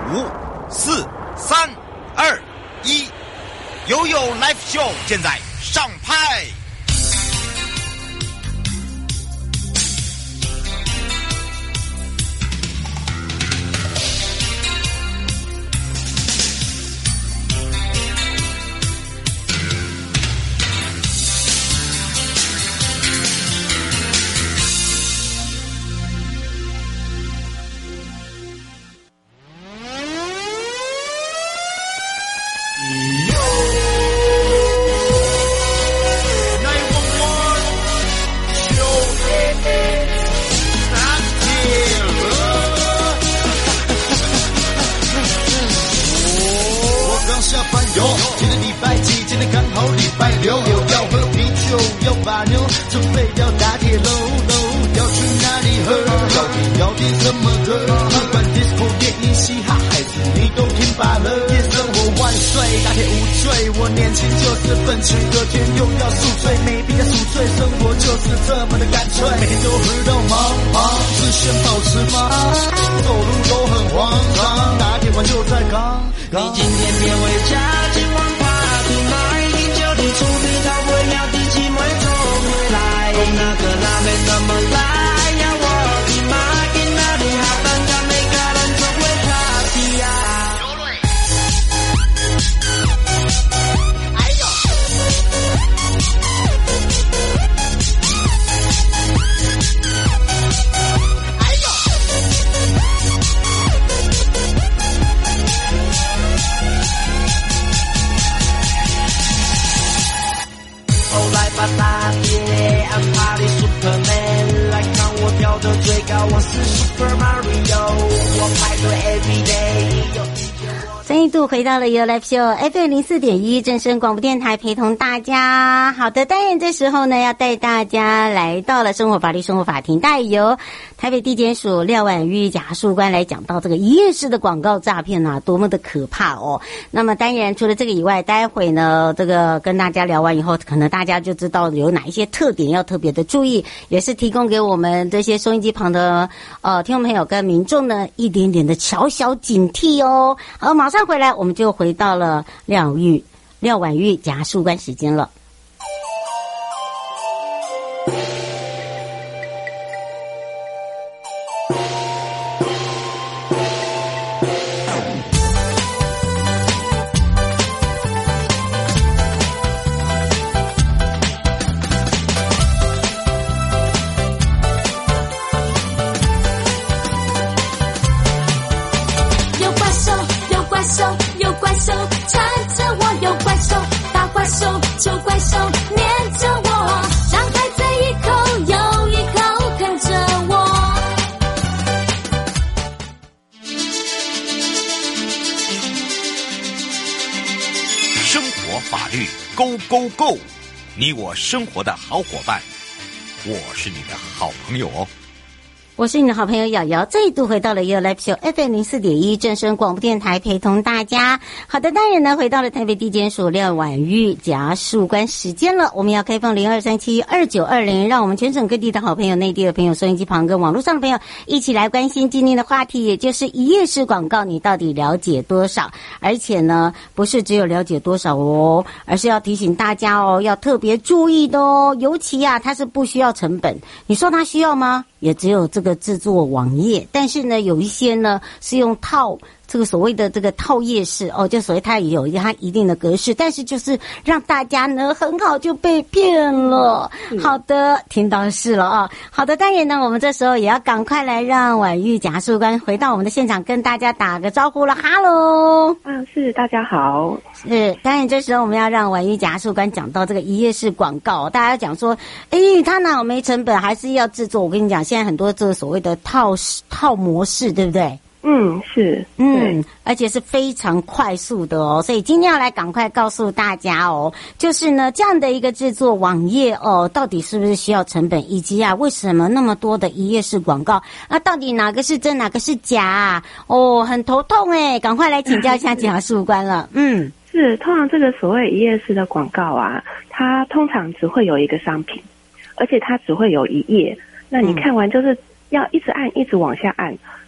4、3、2、1，悠悠 Live Show 现在上拍。 今天礼拜几？今天刚好礼拜六，要喝啤酒，要把牛，准备要打铁喽，要去哪里喝？要点什么歌？不管 disco 电影嘻哈还是你都听罢了。夜生活万岁，打铁无罪，我年轻就是奔驰，隔天又要宿醉，没必要宿醉，生活就是这么的干脆，每天都喝到忙，只想保持忙，走路都很慌张，打铁完就在刚。 你今天别回家，今晚 party night， 饮酒的出去，他会要第几枚走回来，那个那边怎么来呀？我的妈，给那里好尴尬，每个人都会 party 呀。哎呦！哎呦！来吧大爹 I'm Party Superman， 来看我跳得最高，我是 Super Mario， 我排队 everyday。 再一度回到了 Your Live Show FM04.1 正声广播电台，陪同大家。好的，当然这时候呢，要带大家来到了生活法律生活法庭，带由台北地检署廖婉玉检察事官来讲到这个一页式的广告诈骗啊，多么的可怕哦。那么当然除了这个以外，待会呢这个跟大家聊完以后，可能大家就知道有哪一些特点要特别的注意，也是提供给我们这些收音机旁的听众朋友跟民众呢一点点的小小警惕哦。好，马上回来我们就回到了廖婉玉检察事官时间了。 Go Go， 你我生活的好伙伴，我是你的好朋友哦。 我是你的好朋友瑶瑶，再度回到了 Your Live Show FM04.1 正声广播电台，陪同大家。好的，当然呢，回到了台北地检署廖婉玉检察事官时间了，我们要开放02372920，让我们全省各地的好朋友、内地的朋友、收音机旁跟网络上的朋友一起来关心今天的话题，也就是一页式广告，你到底了解多少？而且呢，不是只有了解多少哦，而是要提醒大家哦，要特别注意的哦。尤其啊，它是不需要成本，你说它需要吗？也只有这个制作网页，但是呢，有一些呢是用这个所谓的这个套页式哦，就所谓它也有它一定的格式，但是就是让大家呢很好就被骗了。好的，听到是了啊。好的，当然呢，我们这时候也要赶快来让婉玉检察事官回到我们的现场，跟大家打个招呼了。Hello， 是大家好。 是，当然这时候我们要让婉玉检察事官讲到这个一页式广告，大家讲说，他哪有没成本，还是要制作？我跟你讲，现在很多这个所谓的套模式，对不对？ 是， 而且是非常快速的哦，所以今天要来赶快告诉大家哦，就是呢这样的一个制作网页哦，到底是不是需要成本，以及为什么那么多的一页式广告，那到底哪个是真哪个是假啊？哦，很头痛诶，赶快来请教一下检察事务官了。 是，通常这个所谓一页式的广告啊，它通常只会有一个商品，而且它只会有一页，那你看完就是要一直按，一直往下按。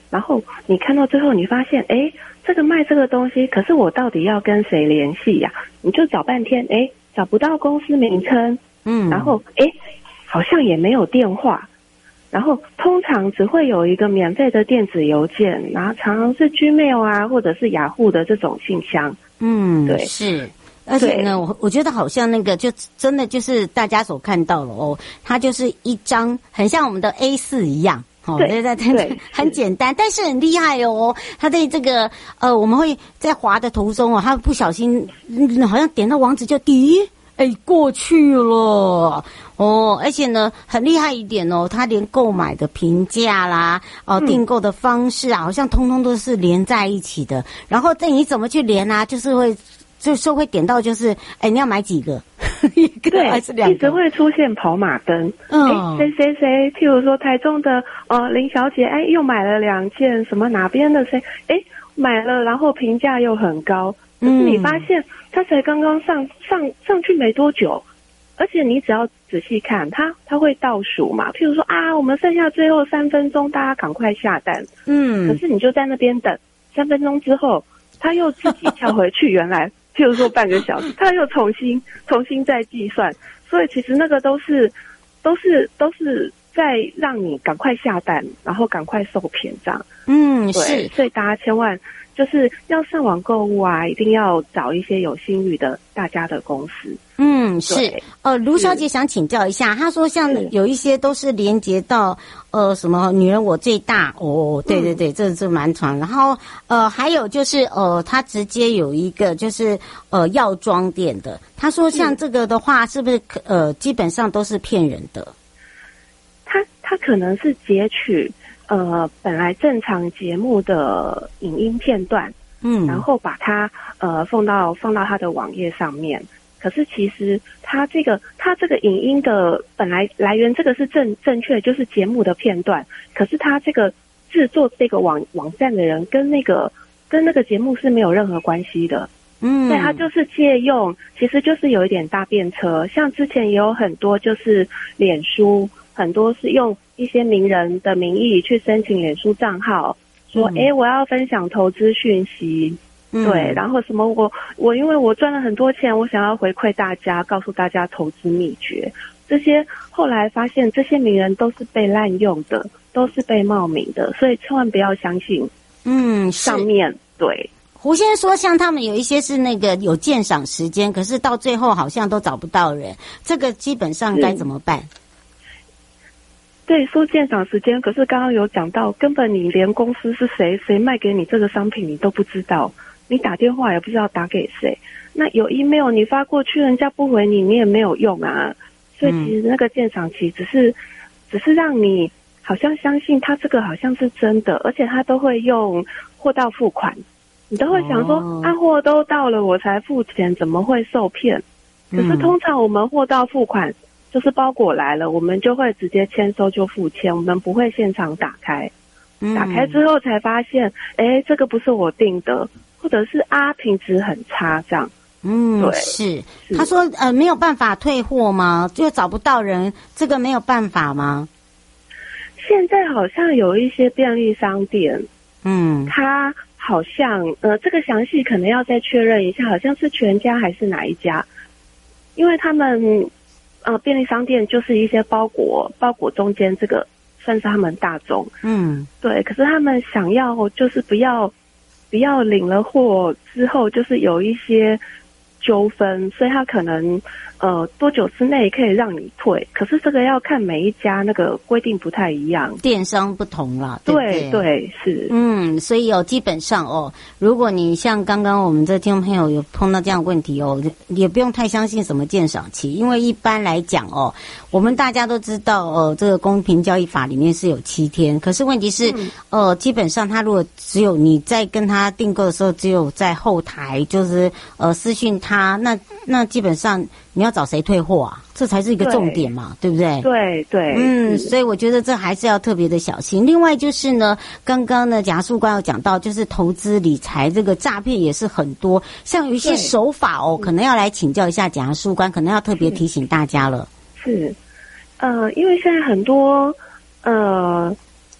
然后你看到最后，你发现，哎，这个卖这个东西，可是我到底要跟谁联系呀？你就找半天，哎，找不到公司名称，然后哎，好像也没有电话，然后通常只会有一个免费的电子邮件，然后常常是 Gmail 啊，或者是雅虎的这种信箱。对， 是。而且呢，我觉得好像那个就真的就是大家所看到了哦，它就是一张很像我们的 A4 一样。对，很简单，但是很厉害哦。他在这个我们会在滑的途中哦，他不小心好像点到网址就过去了哦。而且呢，很厉害一点哦，他连购买的评价啦，订购的方式啊，好像通通都是连在一起的。然后你怎么去连啊？就是会点到就是你要买几个？一个还是两个？ 一直会出现跑马灯。谁谁谁，譬如说台中的林小姐，又买了2件，什么哪边的谁，买了，然后评价又很高。可是你发现他才刚刚上去没多久，而且你只要仔细看，他会倒数嘛。譬如说我们剩下最后3分钟，大家赶快下单。可是你就在那边等3分钟之后，他又自己跳回去原来。譬如说半个小时，他又重新再计算，所以其实那个都是在让你赶快下单，然后赶快受骗这样。对，所以大家千万就是要上网购物啊，一定要找一些有信誉的大家的公司。 是。卢小姐想请教一下，她说像有一些都是连接到什么女人我最大对，这蛮长。然后还有就是她直接有一个就是药妆店的，她说像这个的话，是不是基本上都是骗人的？ 她可能是截取本来正常节目的影音片段，然后把它放到他的网页上面。可是其实他这个影音的本来来源这个是正确，就是节目的片段。可是他这个制作这个网站的人跟那个节目是没有任何关系的。所以他就是借用，其实就是有一点搭便车。像之前也有很多就是脸书，很多是用一些名人的名义去申请脸书账号，说我要分享投资讯息。对，然后什么我因为我赚了很多钱，我想要回馈大家，告诉大家投资秘诀。这些后来发现这些名人都是被滥用的，都是被冒名的，所以千万不要相信。上面对。 胡先生说，像他们有一些是那个有鉴赏时间，可是到最后好像都找不到人，这个基本上该怎么办？ 对，说鉴赏时间，可是刚刚有讲到，根本你连公司是谁卖给你这个商品你都不知道。你打电话也不知道打给谁，那有 email 你发过去，人家不回你，你也没有用啊。所以其实那个鉴赏期只是让你好像相信他这个好像是真的，而且他都会用货到付款，你都会想说货都到了我才付钱，怎么会受骗？可是通常我们货到付款就是包裹来了，我们就会直接签收就付钱，我们不会现场打开。打开之后才发现，这个不是我订的。或者是品质很差这样。对， 是。他说没有办法退货吗？就找不到人，这个没有办法吗？ 现在好像有一些便利商店，他好像这个详细可能要再确认一下，好像是全家还是哪一家？因为他们便利商店就是一些包裹中间这个算是他们大宗，对。可是他们想要就是不要领了货之后，就是有一些纠纷，所以他可能多久之内可以让你退，可是这个要看每一家那个规定不太一样， 电商不同啦，对不对？ 对，是。 所以基本上如果你像刚刚我们这听众朋友有碰到这样的问题也不用太相信什么鉴赏期，因为一般来讲我们大家都知道这个公平交易法里面是有7天，可是问题是基本上他如果只有你在跟他订购的时候只有在后台就是私讯他，那基本上你要找谁退货啊？这才是一个重点嘛， 对不对？ 对。 所以我觉得这还是要特别的小心。另外就是呢，刚刚呢贾树官有讲到，就是投资理财这个诈骗也是很多，像有一些手法可能要来请教一下贾树官，可能要特别提醒大家了。 是，因为现在很多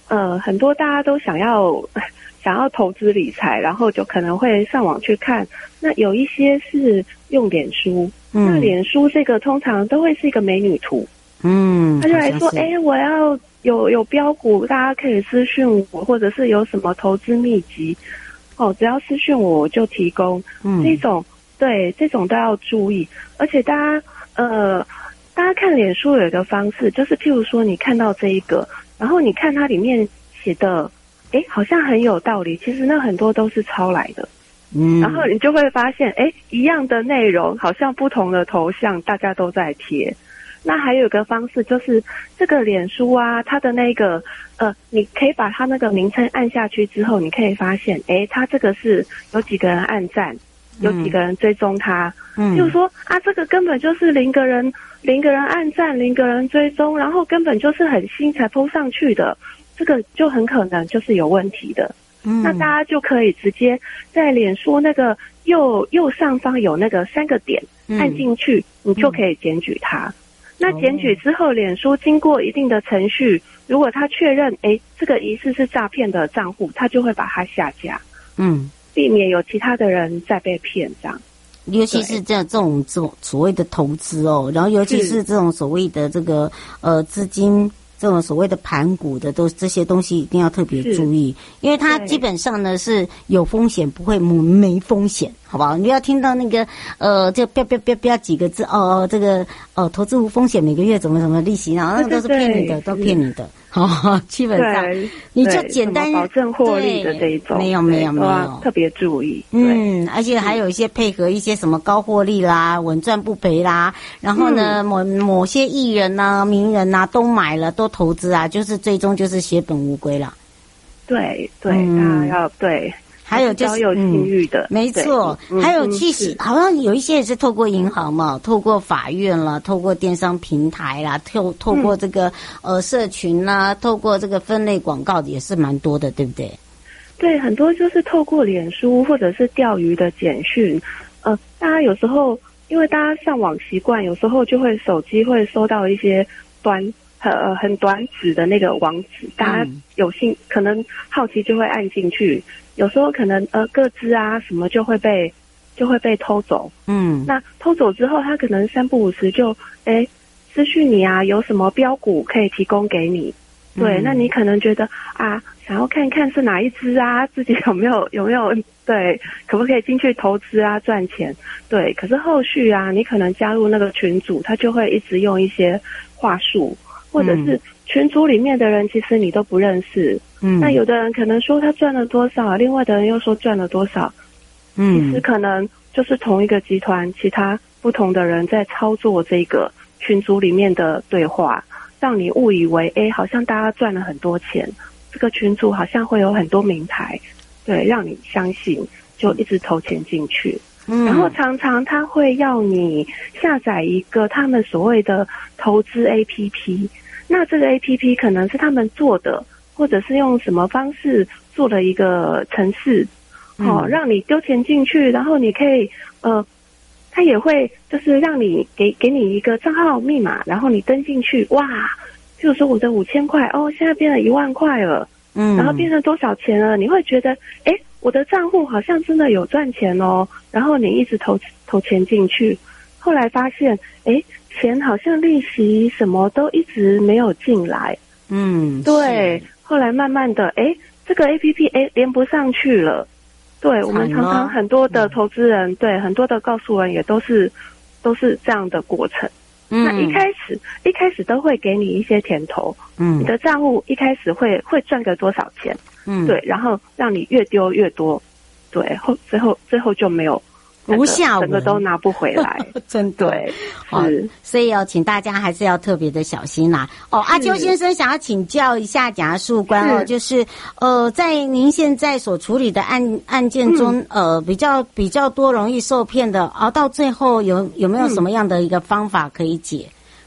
很多大家都想要投资理财，然后就可能会上网去看。那有一些是用脸书，那脸书这个通常都会是一个美女图，他就来说，我要有标股，大家可以私讯我，或者是有什么投资秘籍，只要私讯我就提供。这种都要注意。而且大家看脸书有一个方式，就是譬如说你看到这一个，然后你看它里面写的，好像很有道理，其实那很多都是抄来的。然后你就会发现，一样的内容，好像不同的头像，大家都在贴。那还有一个方式，就是这个脸书啊，它的那个你可以把它那个名称按下去之后，你可以发现，它这个是有几个人按赞，有几个人追踪它。就是说啊，这个根本就是零个人按赞，0个人追踪，然后根本就是很新才 po 上去的，这个就很可能就是有问题的。那大家就可以直接在脸书那个右上方有那个3个点，按进去，你就可以检举它。那检举之后，脸书经过一定的程序，如果他确认这个疑似是诈骗的账户，他就会把它下架，避免有其他的人再被骗这样。 尤其是这种所谓的投资然后尤其是这种所谓的这个资金，这种所谓的盘股的，都这些东西一定要特别注意，因为它基本上呢是有风险，不会没风险，好不好？你不要听到那个就标几个字这个投资无风险，每个月怎么利息，然后那都是骗你的，都骗你的。基本上你就简单保证获利的这一种， 没有， 特别注意。 而且还有一些配合一些什么高获利啦、稳赚不赔啦，然后呢某些艺人啊、名人啊都买了都投资啊，就是最终就是血本无归了。 对，大家要还有就是有信誉的， 没错。还有其实好像有一些也是透过银行嘛，透过法院啦，透过电商平台啦，透过这个社群啦，透过这个分类广告也是蛮多的，对不对？ 对，很多就是透过脸书或者是钓鱼的简讯，大家有时候因为大家上网习惯，有时候就会手机会收到一些很短指的那个网址，大家可能好奇就会按进去，有时候可能个资啊什么就会被偷走。那偷走之后，他可能3不5时就私讯你啊，有什么标股可以提供给你。对，那你可能觉得啊，想要看看是哪一支啊，自己有没有对，可不可以进去投资啊赚钱？对，可是后续啊，你可能加入那个群组，他就会一直用一些话术。或者是群组里面的人，其实你都不认识。那有的人可能说他赚了多少，另外的人又说赚了多少。其实可能就是同一个集团，其他不同的人在操作这个群组里面的对话，让你误以为好像大家赚了很多钱，这个群组好像会有很多名牌，对，让你相信，就一直投钱进去。然后常常他会要你下载一个他们所谓的投资 APP， 那这个 APP 可能是他们做的，或者是用什么方式做了一个程式，让你丢钱进去，然后你可以他也会就是让你给你一个账号密码，然后你登进去，哇，譬如说我的5000块现在变了1万块了，然后变成多少钱了？你会觉得我的账户好像真的有赚钱然后你一直投钱进去，后来发现钱好像利息什么都一直没有进来。对，后来慢慢的这个 APP 连不上去了。对，我们常常很多的投资人，对，很多的告诉人也都是这样的过程。那一开始都会给你一些甜头，你的账户一开始会赚个多少钱，对，然后让你越丢越多，对，最后就没有无下文， 整个都拿不回来， 真的对，所以请大家还是要特别的小心啦。阿邱先生想要请教一下检察事官就是在您现在所处理的案件中，比较多容易受骗的，到最后有没有什么样的一个方法可以解？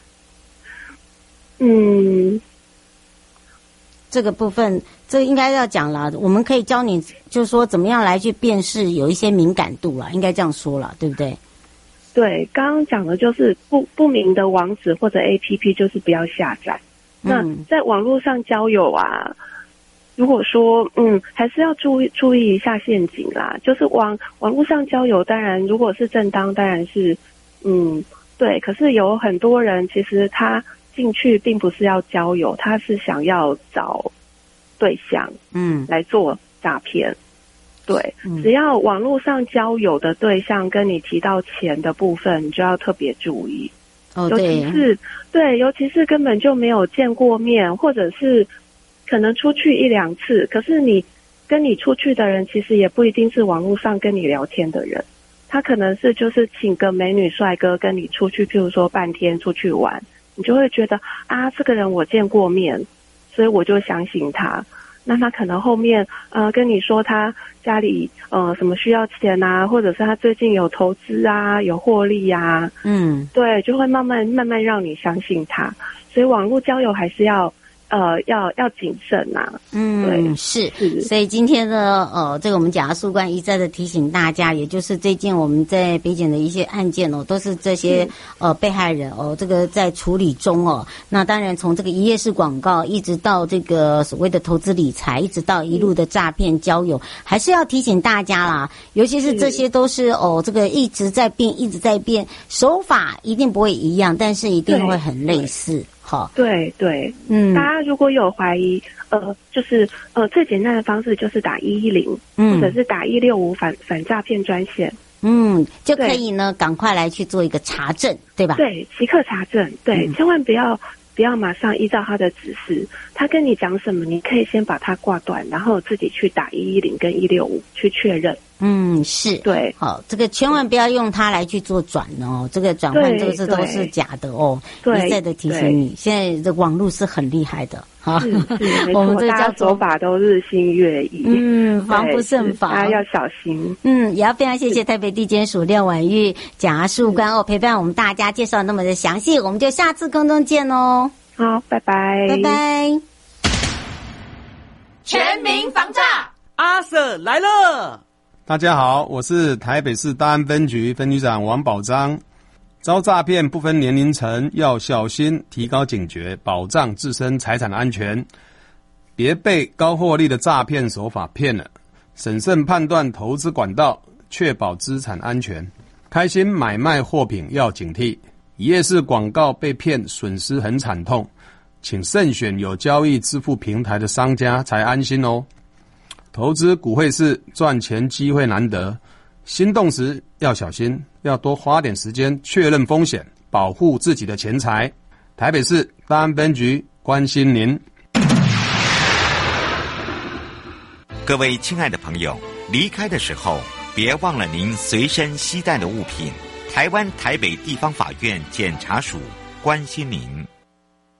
这个部分，这个应该要讲了。我们可以教你，就是说怎么样来去辨识有一些敏感度了，应该这样说了，对不对？ 对，刚刚讲的就是不明的网址或者 APP， 就是不要下载。那在网络上交友啊， 如果说还是要注意一下陷阱啦，就是网络上交友，当然如果是正当，当然是对，可是有很多人其实他进去并不是要交友，他是想要找对象来做诈骗。对，只要网络上交友的对象跟你提到钱的部分，你就要特别注意。尤其是根本就没有见过面，或者是可能出去1-2次，可是跟你出去的人其实也不一定是网络上跟你聊天的人，他可能是就是请个美女帅哥跟你出去，譬如说半天出去玩，你就会觉得这个人我见过面，所以我就相信他。那他可能后面跟你说他家里什么需要钱啊，或者是他最近有投资啊，有获利啊，对，就会慢慢让你相信他。所以网络交友还是要谨慎呐。对， 是。所以今天的这个我们检察事务官一再的提醒大家，也就是最近我们在北检的一些案件都是这些被害人这个在处理中那当然从这个一页式广告一直到这个所谓的投资理财，一直到一路的诈骗交友，还是要提醒大家啦，尤其是这些都是这个一直在变，手法一定不会一样，但是一定会很类似。 对，大家如果有怀疑，就是最简单的方式就是打110，或者是打165反诈骗专线， 就可以呢赶快来去做一个查证，对吧？ 对，即刻查证，对，千万不要马上依照他的指示，他跟你讲什么，你可以先把它挂断，然后自己去打110跟165去确认。 是， 对， 好，这个千万不要用它来去做转这个转换这个都是假的一再的提醒你，现在的网络是很厉害的是我们这个叫手法都日新月异， 防不胜防， 大家要小心。 也要非常谢谢台北地检署廖婉玉检察事务官陪伴我们大家介绍那么的详细，我们就下次空中见哦。 好，拜拜， 拜拜。 全民防诈， 阿 Sir 来了。 大家好，我是台北市大安分局分局长王宝章。遭诈骗不分年龄层，要小心，提高警觉，保障自身财产安全，别被高获利的诈骗手法骗了。审慎判断投资管道，确保资产安全。开心买卖货品要警惕，一页式广告被骗，损失很惨痛，请慎选有交易支付平台的商家才安心哦。投资股汇市赚钱机会难得，心动时要小心，要多花点时间确认风险，保护自己的钱财。台北市大安分局关心您。 各位亲爱的朋友，离开的时候别忘了您随身携带的物品。台湾台北地方法院检察署关心您。